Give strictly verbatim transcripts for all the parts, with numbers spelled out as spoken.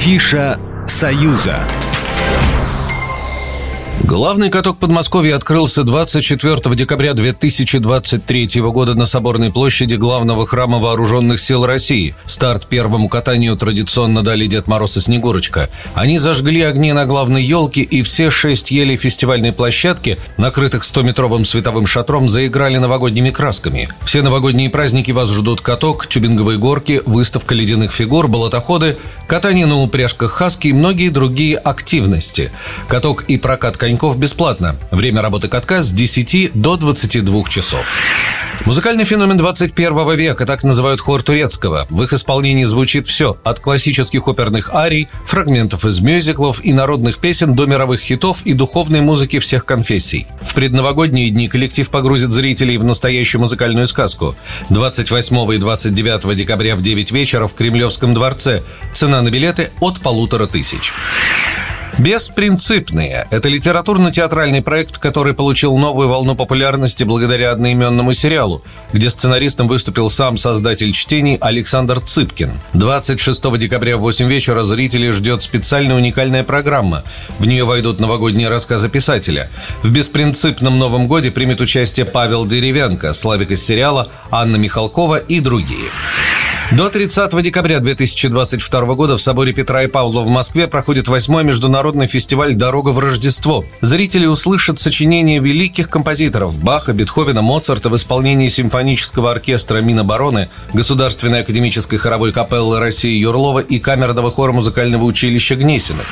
Афиша «Союза». Главный каток Подмосковья открылся двадцать четвёртого декабря две тысячи двадцать третьего года на Соборной площади главного храма Вооруженных сил России. Старт первому катанию традиционно дали Дед Мороз и Снегурочка. Они зажгли огни на главной елке, и все шесть елей фестивальной площадки, накрытых стометровым световым шатром, заиграли новогодними красками. Все новогодние праздники вас ждут каток, тюбинговые горки, выставка ледяных фигур, болотоходы, катание на упряжках хаски и многие другие активности. Каток и прокат коньков бесплатно. Время работы катка с десяти до двадцати двух часов. Музыкальный феномен двадцать первого века, так называют хор турецкого. В их исполнении звучит все, от классических оперных арий, фрагментов из мюзиклов и народных песен до мировых хитов и духовной музыки всех конфессий. В предновогодние дни коллектив погрузит зрителей в настоящую музыкальную сказку. двадцать восьмого и двадцать девятого декабря в девять вечера в Кремлевском дворце. Цена на билеты от полутора тысяч. «Беспринципные» — это литературно-театральный проект, который получил новую волну популярности благодаря одноименному сериалу, где сценаристом выступил сам создатель чтений Александр Цыпкин. двадцать шестого декабря в восемь вечера зрителей ждет специальная уникальная программа. В нее войдут новогодние рассказы писателя. В «Беспринципном Новом годе» примет участие Павел Деревянко, Славик из сериала, Анна Михалкова и другие. До тридцатого декабря две тысячи двадцать второго года в соборе Петра и Павла в Москве проходит восьмой международный фестиваль «Дорога в Рождество». Зрители услышат сочинения великих композиторов Баха, Бетховена, Моцарта в исполнении симфонического оркестра Минобороны, Государственной академической хоровой капеллы России Юрлова и камерного хора музыкального училища Гнесиных.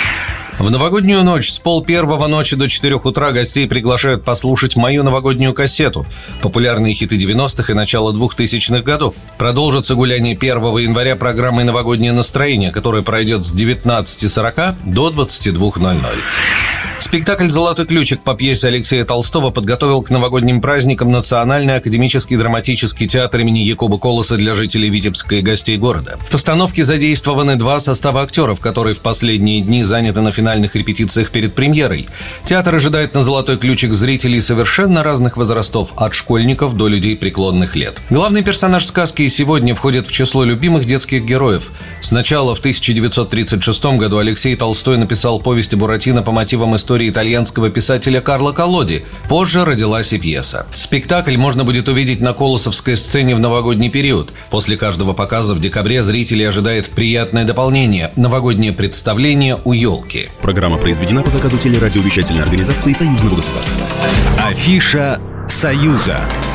В новогоднюю ночь с полпервого ночи до четырех утра гостей приглашают послушать мою новогоднюю кассету. Популярные хиты девяностых и начала двухтысячных годов. Продолжится гуляние первого января программой «Новогоднее настроение», которая пройдет с девятнадцати сорока до двадцати двух ноль-ноль. Спектакль «Золотой ключик» по пьесе Алексея Толстого подготовил к новогодним праздникам Национальный академический драматический театр имени Якуба Колоса для жителей Витебска и гостей города. В постановке задействованы два состава актеров, которые в последние дни заняты на финальных репетициях перед премьерой. Театр ожидает на «Золотой ключик» зрителей совершенно разных возрастов, от школьников до людей преклонных лет. Главный персонаж сказки и сегодня входит в число любимых детских героев. Сначала в тысяча девятьсот тридцать шестом году Алексей Толстой написал повесть Буратино по мотивам истории итальянского писателя Карло Коллоди. Позже родилась и пьеса. Спектакль можно будет увидеть на Колосовской сцене в новогодний период. После каждого показа в декабре зрителей ожидает приятное дополнение – новогоднее представление у елки. Программа произведена по заказу телерадиовещательной организации Союзного государства. Афиша «Союза».